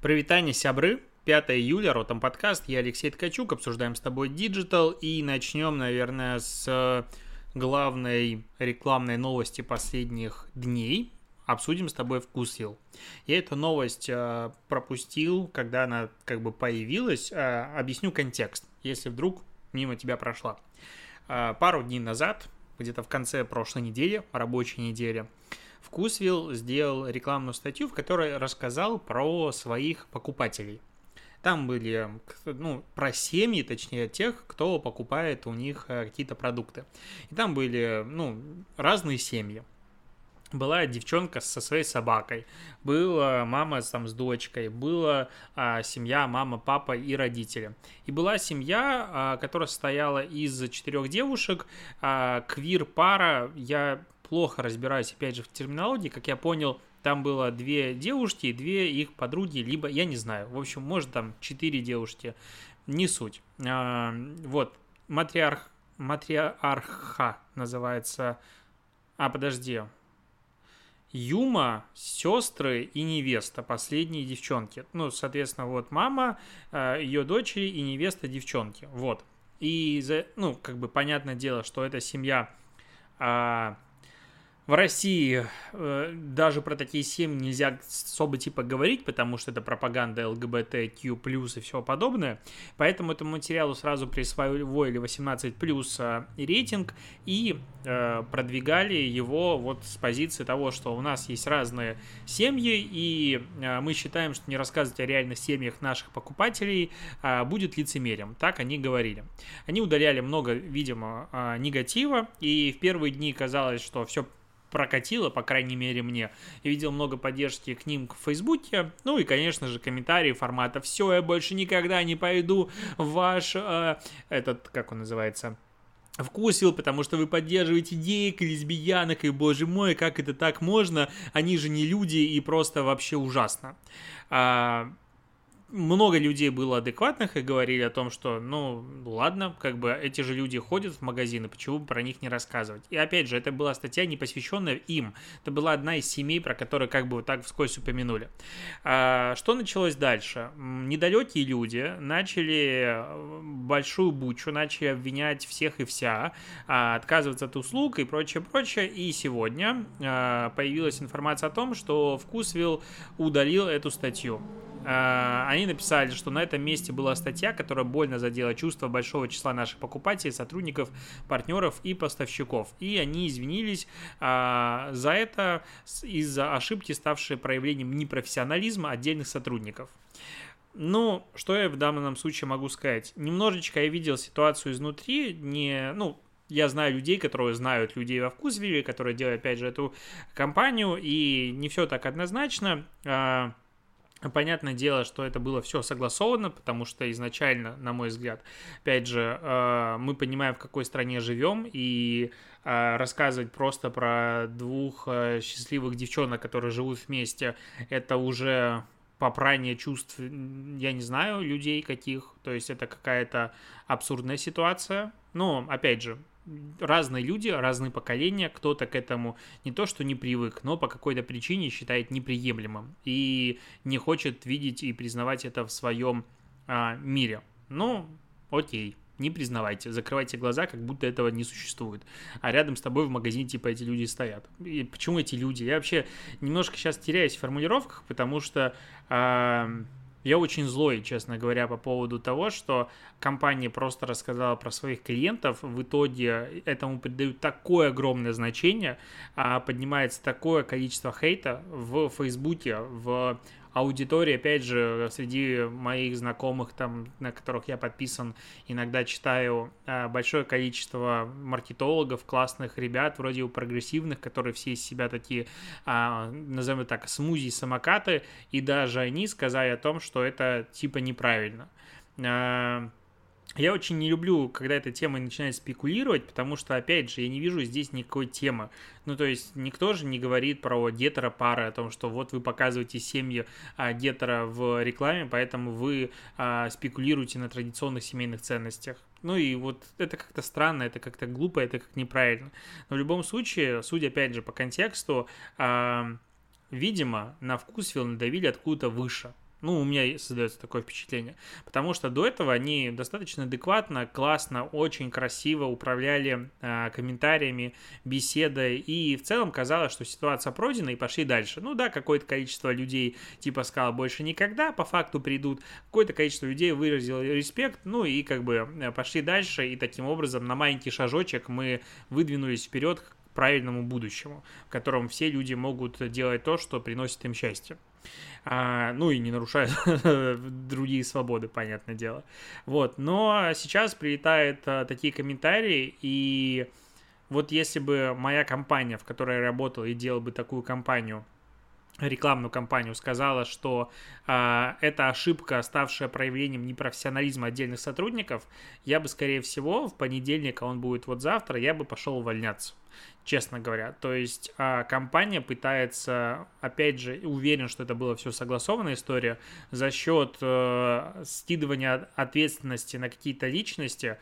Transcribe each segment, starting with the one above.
Привитание, сябры! 5 июля, Ротом подкаст, я Алексей Ткачук, обсуждаем с тобой диджитал и начнем, наверное, с главной рекламной новости последних дней. Обсудим с тобой Вкусвилл. Я эту новость пропустил, когда она появилась. Объясню контекст, если вдруг мимо тебя прошла. Пару дней назад, где-то в конце прошлой недели, рабочей недели, Вкусвилл сделал рекламную статью, в которой рассказал про своих покупателей. Там были, про семьи, точнее, тех, кто покупает у них какие-то продукты. И там были, разные семьи. Была девчонка со своей собакой, была мама с дочкой, была семья, мама, папа и родители. И была семья, которая состояла из 4 девушек, квир-пара. Я плохо разбираюсь, опять же, в терминологии. Как я понял, там было 2 девушки и 2 их подруги, либо, я не знаю, в общем, может, там 4 девушки, не суть. Вот, матриарха называется, Юма, сестры и невеста, последние девчонки. Соответственно, вот мама, ее дочери и невеста девчонки. Вот. И, понятное дело, что эта семья в России, даже про такие семьи нельзя особо говорить, потому что это пропаганда ЛГБТQ+, и все подобное. Поэтому этому материалу сразу присвоили 18+, рейтинг и продвигали его вот с позиции того, что у нас есть разные семьи, и мы считаем, что не рассказывать о реальных семьях наших покупателей будет лицемерием. Так они говорили. Они удаляли много, видимо, негатива, и в первые дни казалось, что все прокатило, по крайней мере, мне. Я видел много поддержки к ним в Фейсбуке. И, конечно же, комментарии формата «Все, я больше никогда не пойду в ваш...» как он называется... Вкусвилл, потому что вы поддерживаете геек и лесбиянок, и, боже мой, как это так можно? Они же не люди, и просто вообще ужасно. Много людей было адекватных и говорили о том, что, ладно, эти же люди ходят в магазины, почему бы про них не рассказывать? И опять же, это была статья, не посвященная им. Это была одна из семей, про которые вот так вскользь упомянули. Что началось дальше? Недалекие люди начали большую бучу, начали обвинять всех и вся, отказываться от услуг и прочее. И сегодня появилась информация о том, что Вкусвилл удалил эту статью. Они написали, что на этом месте была статья, которая больно задела чувства большого числа наших покупателей, сотрудников, партнеров и поставщиков. И они извинились за это из-за ошибки, ставшей проявлением непрофессионализма отдельных сотрудников. Что я в данном случае могу сказать? Немножечко я видел ситуацию изнутри, я знаю людей, которые знают людей во Вкусвилле, которые делают, опять же, эту компанию, и не все так однозначно. Понятное дело, что это было все согласовано, потому что изначально, на мой взгляд, опять же, мы понимаем, в какой стране живем, и рассказывать просто про 2 счастливых девчонок, которые живут вместе, это уже попрание чувств, я не знаю, людей каких, то есть это какая-то абсурдная ситуация, но, опять же, разные люди, разные поколения, кто-то к этому не то что не привык, но по какой-то причине считает неприемлемым и не хочет видеть и признавать это в своем мире. Окей, не признавайте, закрывайте глаза, как будто этого не существует. А рядом с тобой в магазине эти люди стоят. И почему эти люди? Я вообще немножко сейчас теряюсь в формулировках, потому что... Я очень злой, честно говоря, по поводу того, что компания просто рассказала про своих клиентов, в итоге этому придают такое огромное значение, поднимается такое количество хейта в Фейсбуке, в аудитории, опять же, среди моих знакомых, на которых я подписан, иногда читаю большое количество маркетологов, классных ребят, вроде у прогрессивных, которые все из себя такие, назовем так, смузи-самокаты, и даже они сказали о том, что это неправильно. Я очень не люблю, когда эта тема начинает спекулировать, потому что, опять же, я не вижу здесь никакой темы. То есть никто же не говорит про гетеропары, о том, что вот вы показываете семьи гетеро в рекламе, поэтому вы спекулируете на традиционных семейных ценностях. И вот это как-то странно, это как-то глупо, это как неправильно. Но в любом случае, судя, опять же, по контексту, видимо, на Вкусвилл надавили откуда-то выше. Ну, у меня создается такое впечатление. Потому что до этого они достаточно адекватно, классно, очень красиво управляли комментариями, беседой. И в целом казалось, что ситуация пройдена и пошли дальше. Ну да, какое-то количество людей типа сказало больше никогда, по факту придут. Какое-то количество людей выразило респект, ну и как бы пошли дальше. И таким образом на маленький шажочек мы выдвинулись вперед к правильному будущему, в котором все люди могут делать то, что приносит им счастье. Ну и не нарушают другие свободы, понятное дело. Вот, но сейчас прилетают такие комментарии, и вот если бы моя компания, в которой я работал и делал бы такую кампанию, рекламную кампанию, сказала, что это ошибка, ставшая проявлением непрофессионализма отдельных сотрудников, я бы, скорее всего, в понедельник, а он будет вот завтра, я бы пошел увольняться, честно говоря. То есть компания пытается, опять же, уверен, что это была все согласованная история, за счет скидывания ответственности на какие-то личности,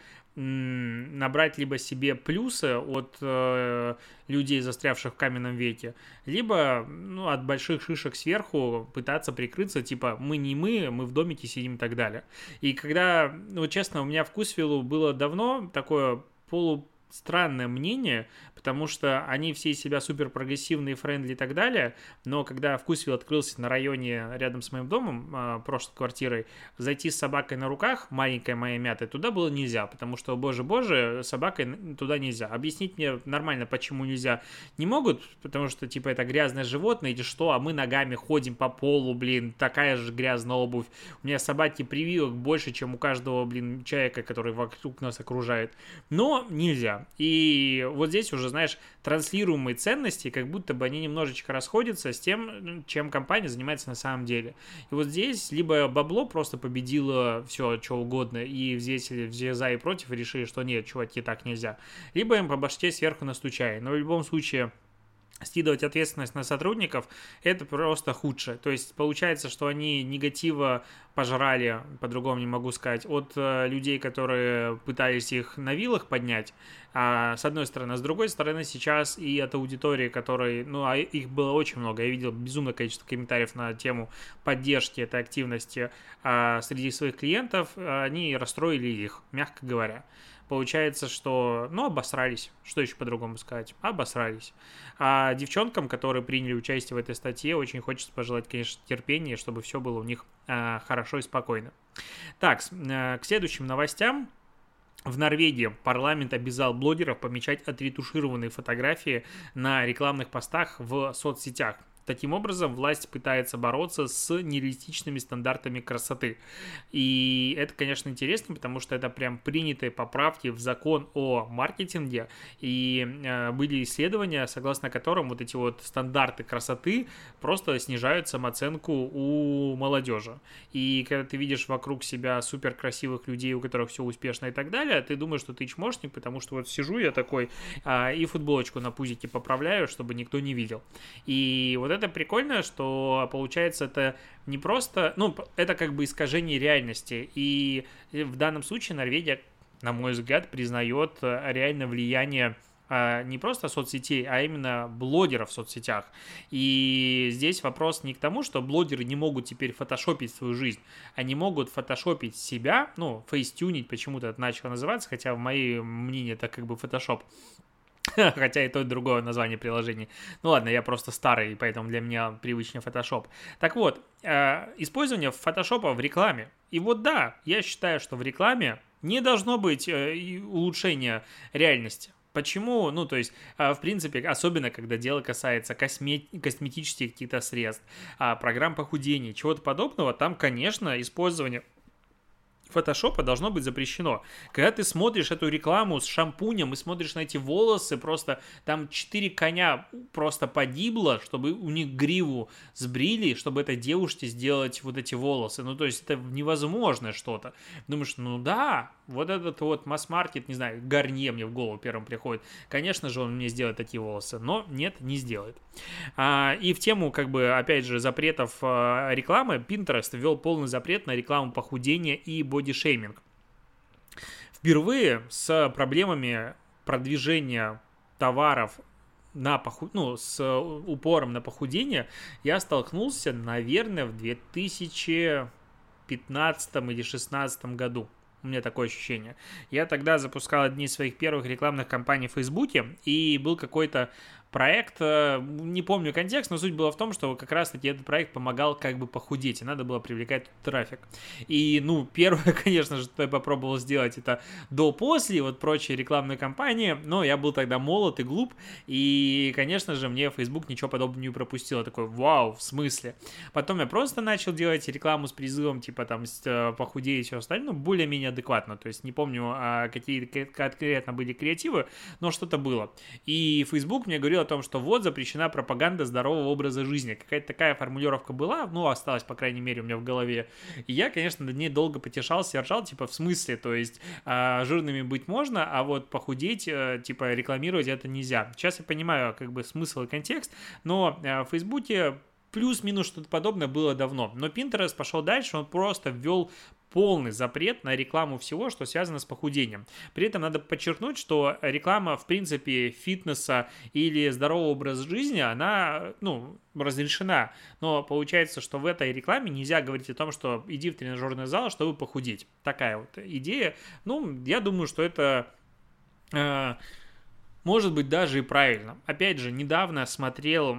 набрать либо себе плюсы от людей, застрявших в каменном веке, либо от больших шишек сверху пытаться прикрыться, типа мы не мы в домике сидим и так далее. И когда, честно, у меня в Вкусвиллу было давно такое странное мнение, потому что они все из себя супер прогрессивные, френдли и так далее, но когда Вкусвилл открылся на районе рядом с моим домом, прошлой квартирой, зайти с собакой на руках, маленькая моя мятая, туда было нельзя, потому что, боже, собакой туда нельзя. Объяснить мне нормально, почему нельзя, не могут, потому что, типа, это грязное животное или что, а мы ногами ходим по полу, такая же грязная обувь. У меня собаки прививок больше, чем у каждого, человека, который вокруг нас окружает. Но нельзя. И вот здесь уже, знаешь, транслируемые ценности, как будто бы они немножечко расходятся с тем, чем компания занимается на самом деле. И вот здесь либо бабло просто победило все, что угодно, и взвесили все за и против, и решили, что нет, чуваки, так нельзя. Либо им по башке сверху настучали. Но в любом случае скидывать ответственность на сотрудников – это просто худшее. То есть получается, что они негатива пожрали, по-другому не могу сказать, от людей, которые пытались их на вилах поднять, с одной стороны. А с другой стороны, сейчас и от аудитории, которой, а их было очень много, я видел безумное количество комментариев на тему поддержки этой активности среди своих клиентов, они расстроили их, мягко говоря. Получается, что, обосрались. Что еще по-другому сказать? Обосрались. А девчонкам, которые приняли участие в этой статье, очень хочется пожелать, конечно, терпения, чтобы все было у них хорошо и спокойно. Так, к следующим новостям. В Норвегии парламент обязал блогеров помечать отретушированные фотографии на рекламных постах в соцсетях. Таким образом, власть пытается бороться с нереалистичными стандартами красоты. И это, конечно, интересно, потому что это прям принятые поправки в закон о маркетинге. И были исследования, согласно которым вот эти вот стандарты красоты просто снижают самооценку у молодежи. И когда ты видишь вокруг себя супер красивых людей, у которых все успешно и так далее, ты думаешь, что ты чмошник, потому что вот сижу я такой и футболочку на пузике поправляю, чтобы никто не видел. И вот это прикольно, что получается это не просто, это как бы искажение реальности, и в данном случае Норвегия, на мой взгляд, признает реальное влияние не просто соцсетей, а именно блогеров в соцсетях. И здесь вопрос не к тому, что блогеры не могут теперь фотошопить свою жизнь, они могут фотошопить себя, фейстюнить, почему-то это начало называться, хотя в моем мнении это как бы фотошоп. Хотя и то, и другое название приложений. Ладно, я просто старый, поэтому для меня привычнее Photoshop. Так вот, использование фотошопа в рекламе. И вот да, я считаю, что в рекламе не должно быть улучшения реальности. Почему? То есть, в принципе, особенно, когда дело касается косметических каких-то средств, программ похудения, чего-то подобного, там, конечно, использование фотошопа должно быть запрещено. Когда ты смотришь эту рекламу с шампунем и смотришь на эти волосы, просто там 4 коня просто погибло, чтобы у них гриву сбрили, чтобы этой девушке сделать вот эти волосы. То есть это невозможное что-то. Думаешь, да, вот этот вот масс-маркет, не знаю, Гарнье мне в голову первым приходит. Конечно же, он мне сделает такие волосы, но нет, не сделает. И в тему, опять же, запретов рекламы, Pinterest ввел полный запрет на рекламу похудения и бодишейминг. Впервые с проблемами продвижения товаров с упором на похудение я столкнулся, наверное, в 2015 или 2016 году. У меня такое ощущение. Я тогда запускал одни из своих первых рекламных кампаний в Фейсбуке, и был какой-то проект, не помню контекст, но суть была в том, что как раз-таки этот проект помогал как бы похудеть, и надо было привлекать трафик. И, первое, конечно же, что я попробовал сделать, это до-после, вот прочие рекламные кампании, но я был тогда молод и глуп, и, конечно же, мне Facebook ничего подобного не пропустил. Я такой, вау, в смысле? Потом я просто начал делать рекламу с призывом, типа, там, похудеть и все остальное, более-менее адекватно, то есть не помню, какие конкретно были креативы, но что-то было. И Facebook мне говорил о том, что вот запрещена пропаганда здорового образа жизни. Какая-то такая формулировка была, осталась, по крайней мере, у меня в голове. И я, конечно, над ней долго потешался, ржал, типа, в смысле, то есть жирными быть можно, а вот похудеть, типа, рекламировать это нельзя. Сейчас я понимаю, как бы, смысл и контекст, но в Фейсбуке плюс-минус что-то подобное было давно. Но Pinterest пошел дальше, он просто ввел полный запрет на рекламу всего, что связано с похудением. При этом надо подчеркнуть, что реклама, в принципе, фитнеса или здорового образа жизни, она, разрешена. Но получается, что в этой рекламе нельзя говорить о том, что иди в тренажерный зал, чтобы похудеть. Такая вот идея. Я думаю, что это может быть даже и правильно. Опять же, недавно смотрел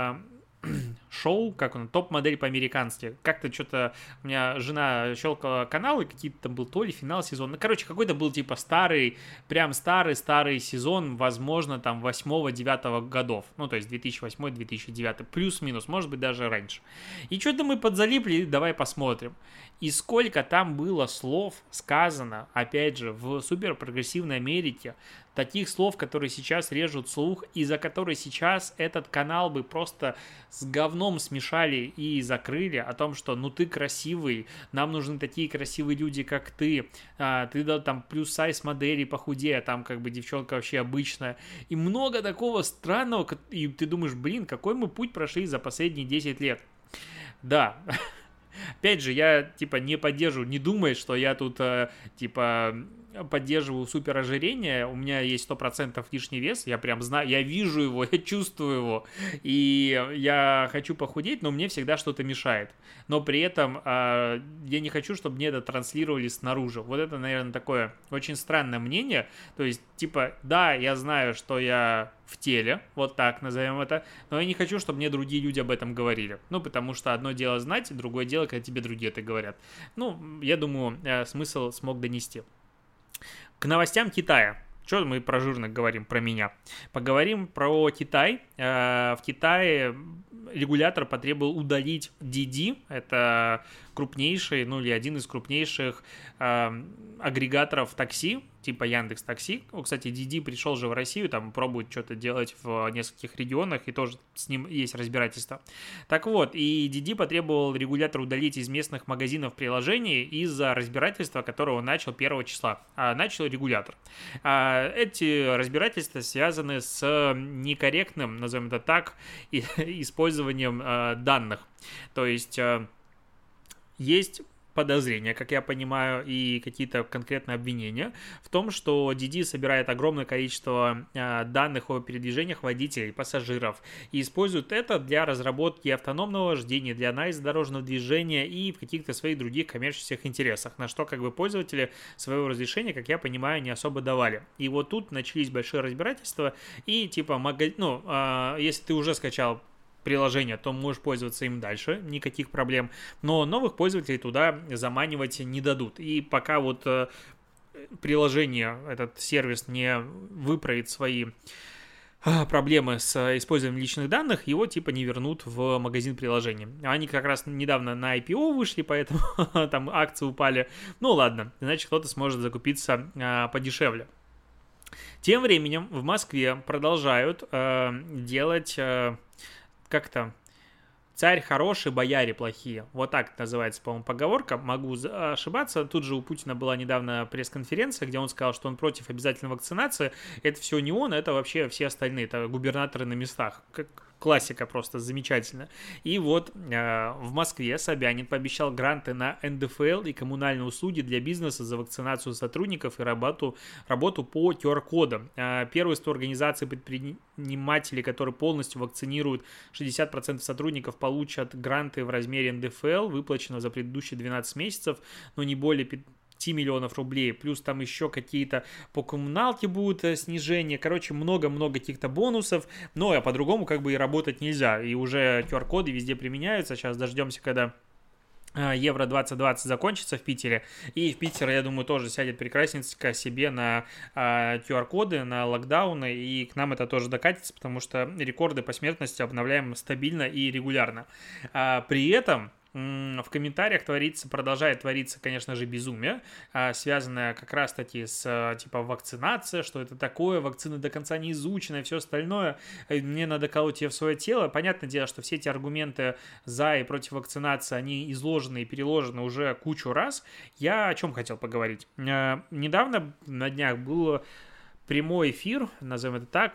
шоу, как он, топ-модель по-американски. Как-то что-то у меня жена щелкала каналы, какие-то там был то ли финал сезона. Какой-то был типа старый, прям старый сезон, возможно, там 8-9 годов. То есть 2008-2009, плюс-минус, может быть, даже раньше. И что-то мы подзалипли, давай посмотрим. И сколько там было слов сказано, опять же, в суперпрогрессивной Америке, таких слов, которые сейчас режут слух, и за которые сейчас этот канал бы просто с говном смешали и закрыли, о том, что ты красивый, нам нужны такие красивые люди, как ты дал там плюс-сайз модели похудее, там как бы девчонка вообще обычная, и много такого странного, и ты думаешь, какой мы путь прошли за последние 10 лет. Да. Опять же, я, не поддерживаю, не думай, что я тут, поддерживаю суперожирение, у меня есть 100% лишний вес, я прям знаю, я вижу его, я чувствую его, и я хочу похудеть, но мне всегда что-то мешает. Но при этом я не хочу, чтобы мне это транслировали снаружи. Вот это, наверное, такое очень странное мнение, то есть, да, я знаю, что я в теле, вот так назовем это, но я не хочу, чтобы мне другие люди об этом говорили. Потому что одно дело знать, другое дело, когда тебе другие это говорят. Я думаю, смысл смог донести. К новостям Китая. Что мы про жирных говорим, про меня? Поговорим про Китай. В Китае регулятор потребовал удалить Didi. Это крупнейший, или один из крупнейших агрегаторов такси, типа Яндекс.Такси. Кстати, Didi пришел же в Россию, там пробует что-то делать в нескольких регионах, и тоже с ним есть разбирательство. Так вот, и Didi потребовал регулятор удалить из местных магазинов приложений из-за разбирательства, которое он начал 1 числа. Начал регулятор. Эти разбирательства связаны с некорректным, назовем это так, использованием данных. То есть есть подозрения, как я понимаю, и какие-то конкретные обвинения в том, что Didi собирает огромное количество данных о передвижениях водителей, пассажиров, и использует это для разработки автономного вождения, для анализа дорожного движения и в каких-то своих других коммерческих интересах, на что пользователи своего разрешения, как я понимаю, не особо давали. И вот тут начались большие разбирательства, и если ты уже скачал приложение, то можешь пользоваться им дальше, никаких проблем, но новых пользователей туда заманивать не дадут. И пока приложение, этот сервис не выправит свои проблемы с использованием личных данных, его не вернут в магазин приложений. Они как раз недавно на IPO вышли, поэтому там акции упали. Ладно, значит, кто-то сможет закупиться подешевле. Тем временем в Москве продолжают делать «Царь хороший, бояре плохие». Вот так называется, по-моему, поговорка. Могу ошибаться. Тут же у Путина была недавно пресс-конференция, где он сказал, что он против обязательной вакцинации. Это все не он, это вообще все остальные. Это губернаторы на местах. классика просто замечательно. И вот в Москве Собянин пообещал гранты на НДФЛ и коммунальные услуги для бизнеса за вакцинацию сотрудников и работу по QR-кодам. Первенство организации предпринимателей, которые полностью вакцинируют 60% сотрудников, получат гранты в размере НДФЛ, выплаченного за предыдущие 12 месяцев, но не более 5 миллионов рублей, плюс там еще какие-то по коммуналке будут снижения, короче, много-много каких-то бонусов, но по-другому как бы и работать нельзя, и уже QR-коды везде применяются, сейчас дождемся, когда Евро 2020 закончится в Питере, и в Питер, я думаю, тоже сядет прекрасненько себе на QR-коды, на локдауны, и к нам это тоже докатится, потому что рекорды по смертности обновляем стабильно и регулярно. При этом в комментариях продолжает твориться, конечно же, безумие, связанное как раз-таки с типа вакцинацией, что это такое, вакцина до конца не изучена и все остальное, мне надо колоть ее в свое тело. Понятное дело, что все эти аргументы за и против вакцинации, они изложены и переложены уже кучу раз. Я о чем хотел поговорить. Недавно на днях был прямой эфир, назовем это так,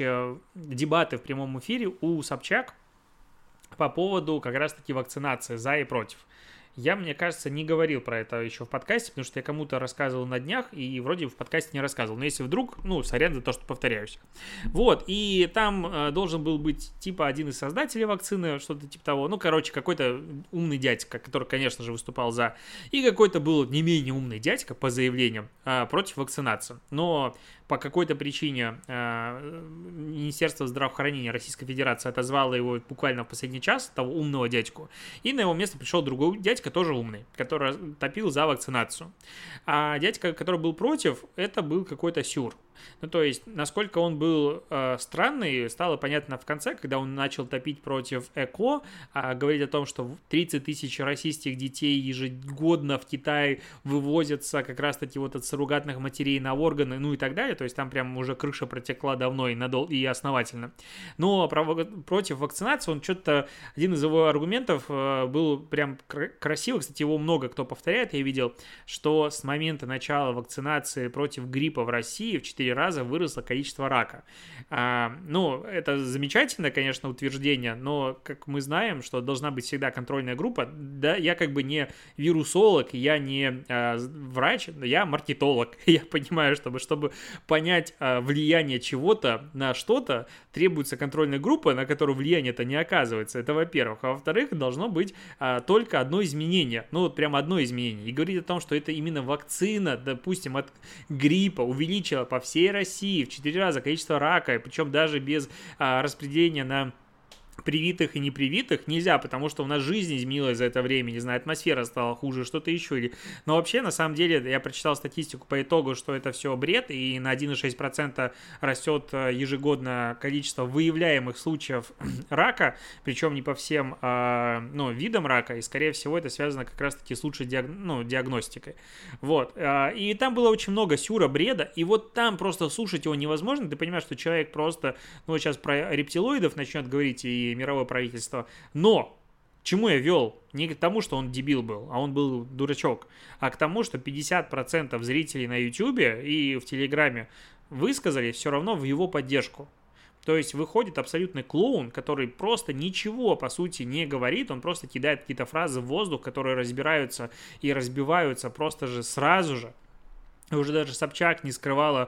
дебаты в прямом эфире у Собчак по поводу как раз-таки вакцинации за и против. Я, мне кажется, не говорил про это еще в подкасте, потому что я кому-то рассказывал на днях и вроде в подкасте не рассказывал. Но если вдруг, сорян за то, что повторяюсь. Вот, и там должен был быть типа один из создателей вакцины, что-то типа того. Какой-то умный дядька, который, конечно же, выступал за. И какой-то был не менее умный дядька, по заявлениям, против вакцинации. Но по какой-то причине Министерство здравоохранения Российской Федерации отозвало его буквально в последний час, того умного дядьку, и на его место пришел другой дядька, тоже умный, который топил за вакцинацию. А дядька, который был против, это был какой-то сюр. То есть, насколько он был странный, стало понятно в конце, когда он начал топить против ЭКО, говорить о том, что 30 тысяч российских детей ежегодно в Китай вывозятся как раз-таки вот от суррогатных матерей на органы, и так далее. То есть, там прям уже крыша протекла давно и основательно. Но против вакцинации он что-то, один из его аргументов был прям красивый, кстати, его много кто повторяет, я видел, что с момента начала вакцинации против гриппа в России в 4 раза выросло количество рака. Это замечательное, конечно, утверждение, но, как мы знаем, что должна быть всегда контрольная группа, да, я как бы не вирусолог, я не врач, я маркетолог. Я понимаю, чтобы понять влияние чего-то на что-то, требуется контрольная группа, на которую влияние-то не оказывается. Это во-первых. А во-вторых, должно быть только одно изменение. Прям одно изменение. И говорить о том, что это именно вакцина, допустим, от гриппа увеличила по всей России в 4 раза количество рака, причем даже без распределения на привитых и непривитых нельзя, потому что у нас жизнь изменилась за это время, не знаю, атмосфера стала хуже, что-то еще. Но вообще, на самом деле, я прочитал статистику по итогу, что это все бред, и на 1,6% растет ежегодно количество выявляемых случаев рака, причем не по всем видам рака, и, скорее всего, это связано как раз-таки с лучшей диагностикой. Вот. И там было очень много сюра, бреда, и вот там просто слушать его невозможно, ты понимаешь, что человек просто, сейчас про рептилоидов начнет говорить, и мировое правительство. Но к чему я вел? Не к тому, что он дебил был, а он был дурачок, а к тому, что 50% зрителей на Ютубе и в Телеграме высказались все равно в его поддержку. То есть выходит абсолютный клоун, который просто ничего, по сути, не говорит, он просто кидает какие-то фразы в воздух, которые разбираются и разбиваются просто же сразу же. Уже даже Собчак не скрывала,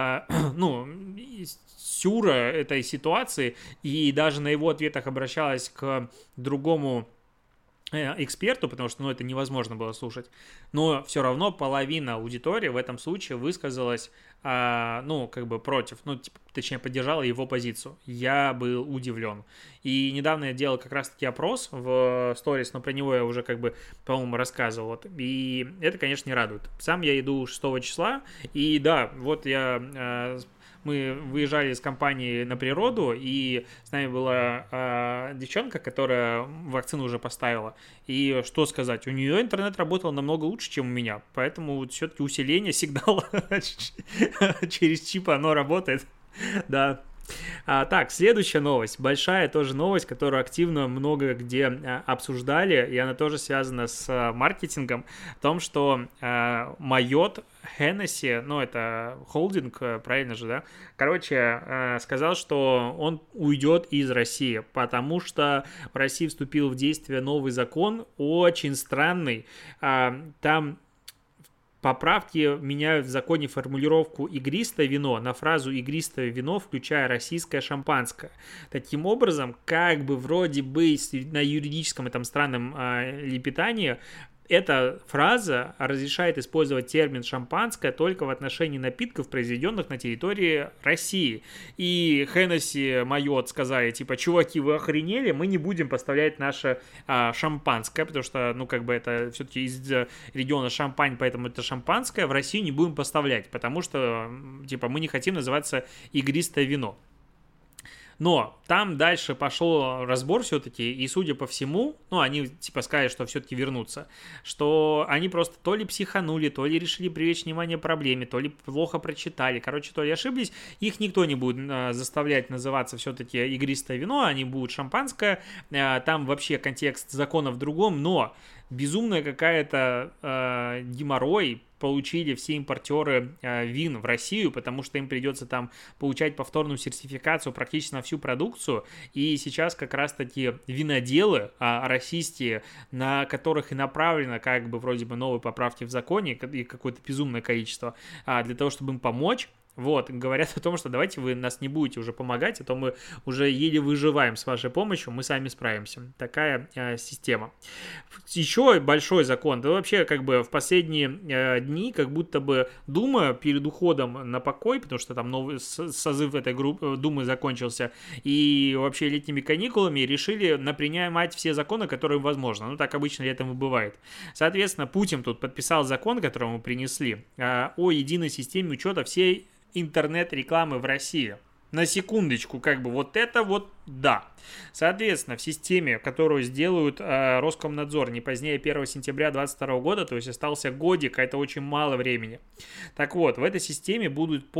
сюра этой ситуации, и даже на его ответах обращалась к другому эксперту, потому что, это невозможно было слушать, но все равно половина аудитории в этом случае высказалась, против, точнее, поддержала его позицию. Я был удивлен. И недавно я делал как раз-таки опрос в сторис, но про него я уже по-моему, рассказывал. И это, конечно, не радует. Сам я иду 6 числа, и да, мы выезжали с компанией на природу, и с нами была девчонка, которая вакцину уже поставила. И что сказать, у нее интернет работал намного лучше, чем у меня. Поэтому все-таки усиление сигнала через чип, оно работает. Да. Так, следующая новость. Большая тоже новость, которую активно много где обсуждали, и она тоже связана с маркетингом. В том, что Майот Хеннесси, ну, это холдинг, правильно же, да? Короче, сказал, что он уйдет из России, потому что в России вступил в действие новый закон, очень странный. Там поправки меняют в законе формулировку «игристое вино» на фразу «игристое вино, включая российское шампанское». Таким образом, как бы вроде бы на юридическом этом странном лепетании эта фраза разрешает использовать термин «шампанское» только в отношении напитков, произведенных на территории России. И Хеннесси, Майот сказали, типа, чуваки, вы охренели, мы не будем поставлять наше шампанское, потому что, ну, как бы это все-таки из региона Шампань, поэтому это шампанское, в Россию не будем поставлять, потому что, типа, мы не хотим называться игристое вино. Но там дальше пошел разбор все-таки, и судя по всему, ну, они типа сказали, что все-таки вернутся, что они просто то ли психанули, то ли решили привлечь внимание проблеме, то ли плохо прочитали, короче, то ли ошиблись, их никто не будет заставлять называться все-таки игристое вино, они будут шампанское, там вообще контекст закона в другом, но безумная какая-то геморрой получили все импортеры вин в Россию, потому что им придется там получать повторную сертификацию практически на всю продукцию, и сейчас как раз-таки виноделы российские, на которых и направлено как бы вроде бы новые поправки в законе и какое-то безумное количество, для того, чтобы им помочь, вот, говорят о том, что давайте вы нас не будете уже помогать, а то мы уже еле выживаем с вашей помощью, мы сами справимся. Такая система. Еще большой закон, да вообще как бы в последние дни, как будто бы Дума перед уходом на покой, потому что там новый созыв этой Думы закончился, и вообще летними каникулами решили напринимать все законы, которые возможно. Ну, так обычно летом и бывает. Соответственно, Путин тут подписал закон, который ему принесли, о единой системе учета всей интернет-рекламы в России. На секундочку, как бы вот это вот да. Соответственно, в системе, которую сделают Роскомнадзор не позднее 1 сентября 2022 года, то есть остался годик, а это очень мало времени. Так вот, в этой системе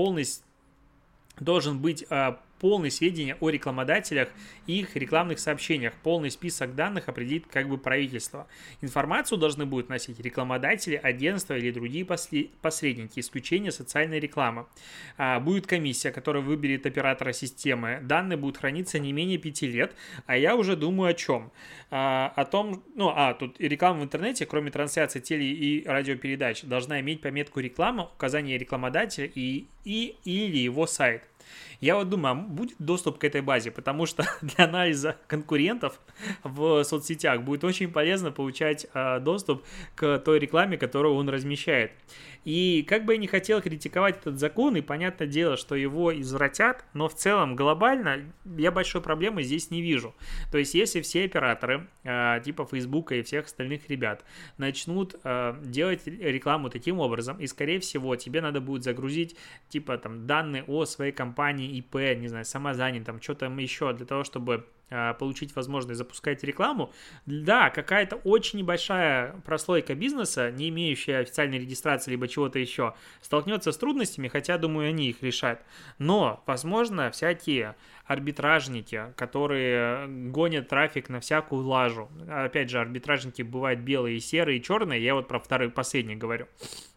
должен быть полные сведения о рекламодателях и их рекламных сообщениях. Полный список данных определит как бы правительство. Информацию должны будут носить рекламодатели, агентства или другие посредники, исключение социальной рекламы. Будет комиссия, которая выберет оператора системы. Данные будут храниться не менее 5 лет. А я уже думаю о чем? О том, тут реклама в интернете, кроме трансляции теле- и радиопередач, должна иметь пометку реклама, указание рекламодателя или его сайт. Я вот думаю, будет доступ к этой базе, потому что для анализа конкурентов в соцсетях будет очень полезно получать доступ к той рекламе, которую он размещает. И как бы я не хотел критиковать этот закон, и понятное дело, что его извратят, но в целом глобально я большой проблемы здесь не вижу. То есть если все операторы типа Фейсбука и всех остальных ребят начнут делать рекламу таким образом, и скорее всего тебе надо будет загрузить типа там данные о своей компании, ИП, не знаю, самозанят, там что-то еще для того, чтобы получить возможность запускать рекламу, да, какая-то очень небольшая прослойка бизнеса, не имеющая официальной регистрации либо чего-то еще, столкнется с трудностями, хотя, думаю, они их решат. Но, возможно, всякие арбитражники, которые гонят трафик на всякую лажу, опять же, арбитражники бывают белые, серые и черные, я вот про последний говорю,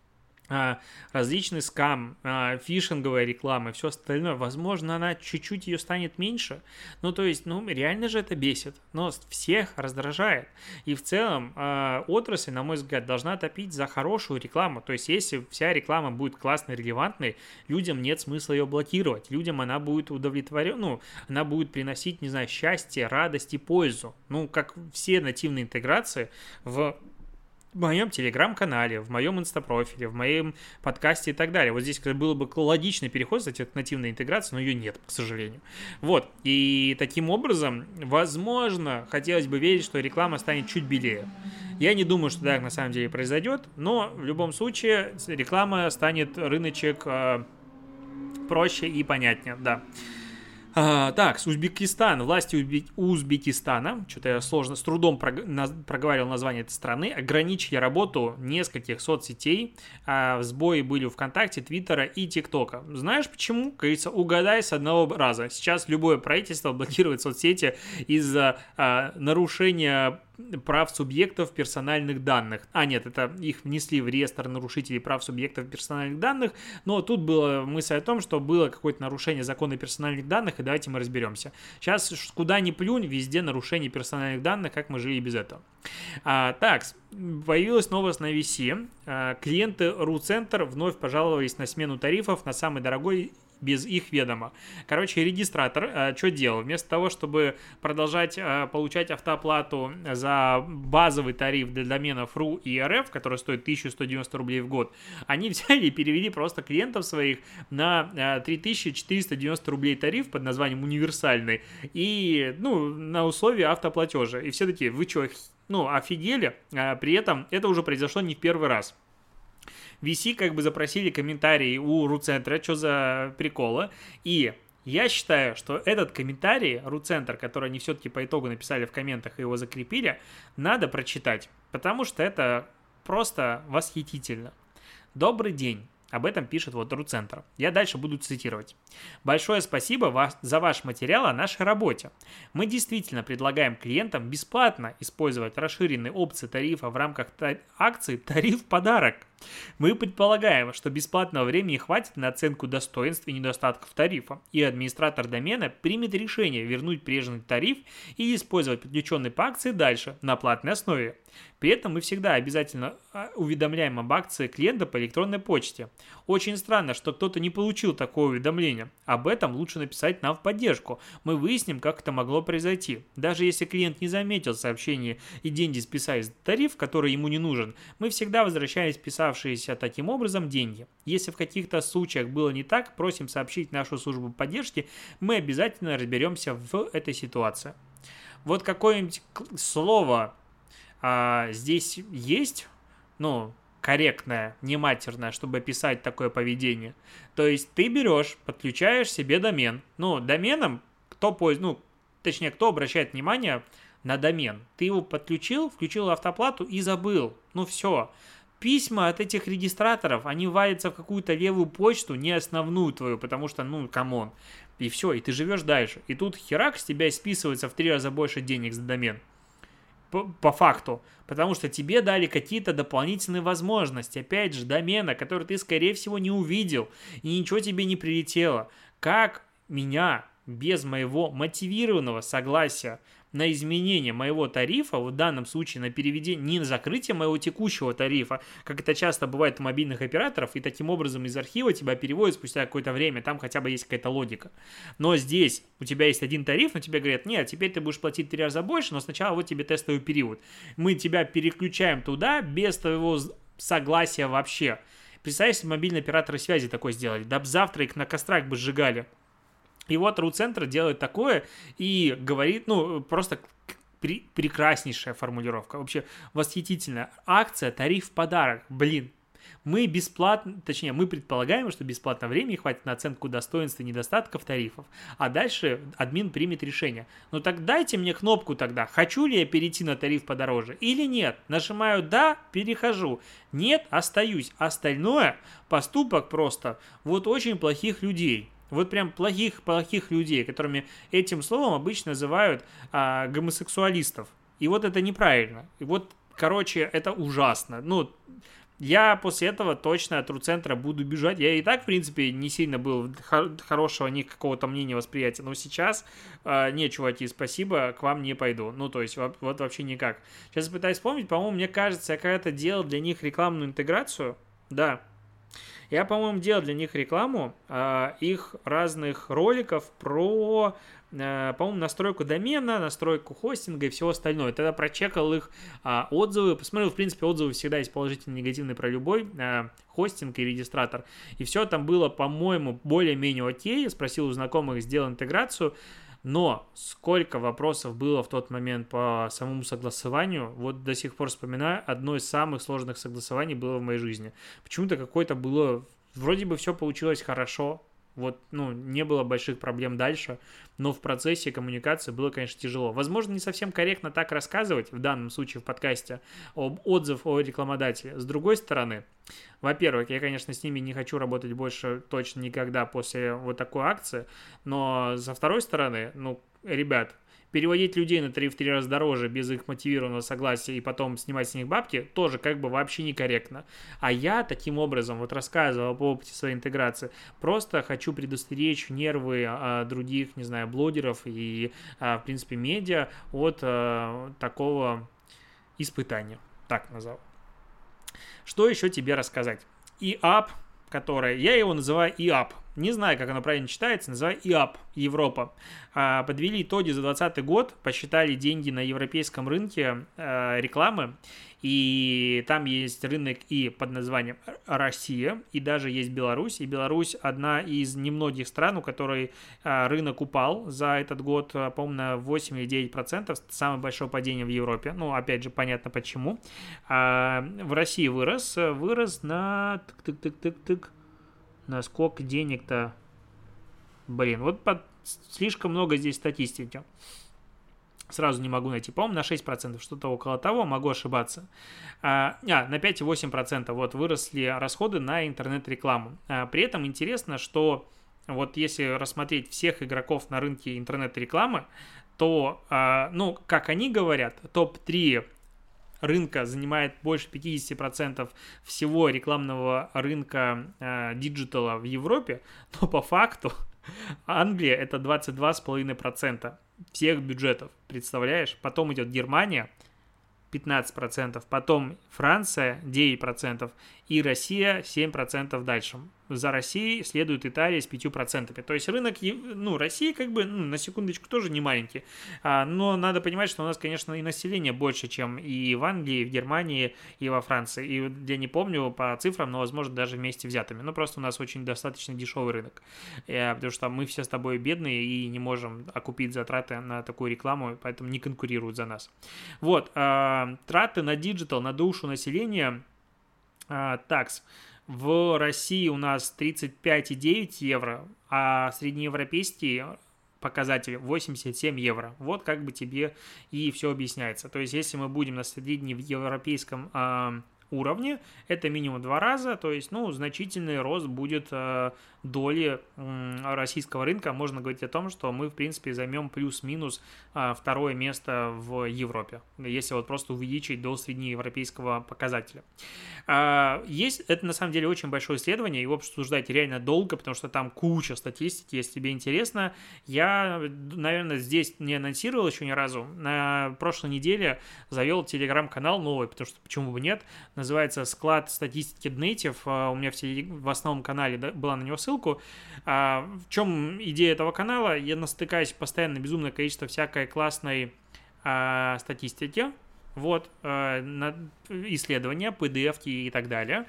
различный скам, фишинговая реклама и все остальное, возможно, она чуть-чуть ее станет меньше, ну, то есть, реально же это бесит, но всех раздражает, и в целом отрасль, на мой взгляд, должна топить за хорошую рекламу, то есть, если вся реклама будет классной, релевантной, людям нет смысла ее блокировать, людям она будет она будет приносить, не знаю, счастье, радость и пользу, как все нативные интеграции в моем телеграм-канале, в моем инстапрофиле, в моем подкасте и так далее. Вот здесь было бы логичный переход, кстати, к нативной интеграции, но ее нет, к сожалению. Вот, и таким образом, возможно, хотелось бы верить, что реклама станет чуть белее. Я не думаю, что так на самом деле произойдет, но в любом случае реклама станет рыночек проще и понятнее, да. Так, Узбекистан. Власти Узбекистана, что-то я с трудом проговаривал название этой страны, ограничили работу нескольких соцсетей. Сбои были у ВКонтакте, Твиттера и ТикТока. Знаешь почему? Как говорится, угадай с одного раза. Сейчас любое правительство блокирует соцсети из-за нарушения прав субъектов персональных данных. Нет, это их внесли в реестр нарушителей прав субъектов персональных данных, но тут была мысль о том, что было какое-то нарушение закона персональных данных, и давайте мы разберемся. Сейчас куда ни плюнь, везде нарушение персональных данных, как мы жили без этого. Так, появилась новость на VC. Клиенты РУ-центр вновь пожаловались на смену тарифов на самый дорогой без их ведома. Короче, регистратор что делал? Вместо того, чтобы продолжать получать автооплату за базовый тариф для доменов РУ и РФ, который стоит 1190 рублей в год, они взяли и перевели просто клиентов своих на 3490 рублей тариф под названием универсальный и, на условия автоплатежа. И все такие, вы что, офигели? При этом это уже произошло не в первый раз. VC как бы запросили комментарий у РУ-центра, что за приколы, и я считаю, что этот комментарий РУ-центр, который они все-таки по итогу написали в комментах и его закрепили, надо прочитать, потому что это просто восхитительно. Добрый день. Об этом пишет вот РУ-центр. Я дальше буду цитировать. Большое спасибо за ваш материал о нашей работе. Мы действительно предлагаем клиентам бесплатно использовать расширенные опции тарифа в рамках акции «Тариф в подарок». Мы предполагаем, что бесплатного времени хватит на оценку достоинств и недостатков тарифа, и администратор домена примет решение вернуть прежний тариф и использовать подключенный по акции дальше на платной основе. При этом мы всегда обязательно уведомляем об акции клиента по электронной почте. Очень странно, что кто-то не получил такое уведомление. Об этом лучше написать нам в поддержку. Мы выясним, как это могло произойти. Даже если клиент не заметил сообщение и деньги списались за тариф, который ему не нужен, мы всегда возвращаем списавшиеся таким образом деньги. Если в каких-то случаях было не так, просим сообщить нашу службу поддержки, мы обязательно разберемся в этой ситуации. Вот какое-нибудь слово здесь есть, корректное, не матерное, чтобы описать такое поведение. То есть ты берешь, подключаешь себе домен. Доменом, кто обращает внимание на домен? Ты его подключил, включил автоплату и забыл. Все. Письма от этих регистраторов, они валятся в какую-то левую почту, не основную твою, потому что, камон. И все, и ты живешь дальше. И тут херак с тебя списывается в 3 раза больше денег за домен. По факту, потому что тебе дали какие-то дополнительные возможности, опять же, домена, который ты, скорее всего, не увидел, и ничего тебе не прилетело. Как меня без моего мотивированного согласия на изменение моего тарифа, в данном случае на переведение, не на закрытие моего текущего тарифа, как это часто бывает у мобильных операторов, и таким образом из архива тебя переводят спустя какое-то время, там хотя бы есть какая-то логика. Но здесь у тебя есть один тариф, но тебе говорят, нет, теперь ты будешь платить 3 раза больше, но сначала вот тебе тестовый период. Мы тебя переключаем туда без твоего согласия вообще. Представь, если мобильные операторы связи такое сделали, да завтра их на кострах бы сжигали. И вот РУ-центр делает такое и говорит, просто прекраснейшая формулировка, вообще восхитительная. Акция, тариф в подарок, мы предполагаем, что бесплатно времени хватит на оценку достоинств и недостатков тарифов, а дальше админ примет решение. Так дайте мне кнопку тогда, хочу ли я перейти на тариф подороже или нет. Нажимаю «да», перехожу, нет, остаюсь. Остальное поступок просто очень плохих людей. Вот прям плохих людей, которыми этим словом обычно называют гомосексуалистов. И вот это неправильно. И это ужасно. Я после этого точно от РУ-центра буду бежать. Я и так, в принципе, не сильно был хорошего о них какого-то мнения, восприятия. Но сейчас, чуваки, спасибо, к вам не пойду. То есть, вот вообще никак. Сейчас пытаюсь вспомнить, по-моему, мне кажется, я когда-то делал для них рекламную интеграцию. Да. Я, по-моему, делал для них рекламу их разных роликов про, по-моему, настройку домена, настройку хостинга и всего остального. Тогда прочекал их отзывы, посмотрел, в принципе, отзывы всегда есть положительные и негативные про любой хостинг и регистратор. И все там было, по-моему, более-менее окей. Спросил у знакомых, сделал интеграцию. Но сколько вопросов было в тот момент по самому согласованию, вот до сих пор вспоминаю, одно из самых сложных согласований было в моей жизни. Почему-то какое-то было, вроде бы все получилось хорошо, Вот, ну, не было больших проблем дальше, но в процессе коммуникации было, конечно, тяжело. Возможно, не совсем корректно так рассказывать, в данном случае в подкасте, об отзыв о рекламодателе. С другой стороны, во-первых, я, конечно, с ними не хочу работать больше точно никогда после вот такой акции, но со второй стороны, ну, ребят, переводить людей в 3 раза дороже без их мотивированного согласия и потом снимать с них бабки тоже как бы вообще некорректно. А я таким образом вот рассказывал об опыте своей интеграции. Просто хочу предостеречь нервы других, не знаю, блогеров и, в принципе, медиа от такого испытания. Так назову. Что еще тебе рассказать? ИАП, которое, я его называю ИАП. Не знаю, как оно правильно читается, называю ИАП, Европа. Подвели итоги за 2020 год, посчитали деньги на европейском рынке рекламы, и там есть рынок и под названием Россия, и даже есть Беларусь, и Беларусь одна из немногих стран, у которой рынок упал за этот год, по-моему, на 8 или 9%, самое большое падение в Европе, ну, опять же, понятно почему. В России вырос на... На сколько денег-то? Блин, вот слишком много здесь статистики. Сразу не могу найти. По-моему, на 6%, что-то около того, могу ошибаться. На 5,8% вот выросли расходы на интернет-рекламу. При этом интересно, что вот если рассмотреть всех игроков на рынке интернет-рекламы, то, ну, как они говорят, топ-3 рынка занимает больше 50% всего рекламного рынка диджитала в Европе, но по факту Англия это 22,5% всех бюджетов, представляешь? Потом идет Германия 15%, потом Франция 9% и Россия 7% дальше. За Россией следует Италия с 5%. То есть рынок, ну, России как бы, ну, на секундочку, тоже не маленький. Но надо понимать, что у нас, конечно, и население больше, чем и в Англии, и в Германии, и во Франции. И я не помню по цифрам, но, возможно, даже вместе взятыми. Ну, просто у нас очень достаточно дешевый рынок. Потому что мы все с тобой бедные и не можем окупить затраты на такую рекламу, поэтому не конкурируют за нас. Вот. Траты на диджитал, на душу населения, такс. В России у нас 35,9 евро, а среднеевропейский показатель 87 евро. Вот как бы тебе и все объясняется. То есть, если мы будем на среднеевропейском уровне, это минимум 2 раза, то есть, ну, значительный рост будет доли российского рынка. Можно говорить о том, что мы, в принципе, займем плюс-минус 2-е место в Европе, если вот просто увеличить до среднеевропейского показателя. Есть, это на самом деле очень большое исследование, его обсуждать реально долго, потому что там куча статистики, если тебе интересно. Я, наверное, здесь не анонсировал еще ни разу. На прошлой неделе завел телеграм-канал новый, потому что почему бы нет, называется «Склад статистики Dnative». У меня в основном канале была на него ссылка. В чем идея этого канала? Я настыкаюсь постоянно на безумное количество всякой классной статистики, вот, исследования, PDF и так далее.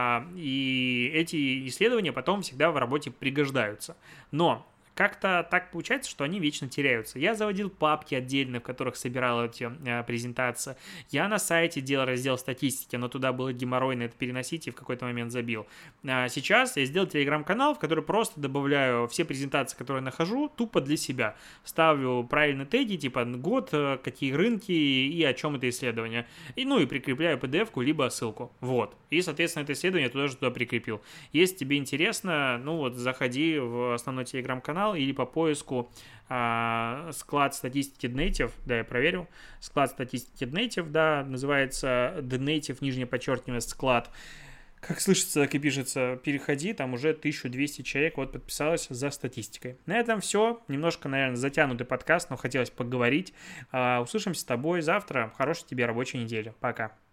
И эти исследования потом всегда в работе пригождаются. Но как-то так получается, что они вечно теряются. Я заводил папки отдельные, в которых собирал эти презентации. Я на сайте делал раздел статистики, но туда было геморройно это переносить и в какой-то момент забил. Сейчас я сделал телеграм-канал, в который просто добавляю все презентации, которые нахожу, тупо для себя. Ставлю правильные теги, типа год, какие рынки и о чем это исследование. И прикрепляю PDF-ку, либо ссылку. Вот. И, соответственно, это исследование я туда прикрепил. Если тебе интересно, заходи в основной телеграм-канал или по поиску склад статистики Dnative, да, я проверил, склад статистики Dnative, да, называется Dnative, _ склад. Как слышится, так и пишется, переходи, там уже 1200 человек вот подписалось за статистикой. На этом все, немножко, наверное, затянутый подкаст, но хотелось поговорить. Услышимся с тобой завтра, хорошей тебе рабочей недели, пока.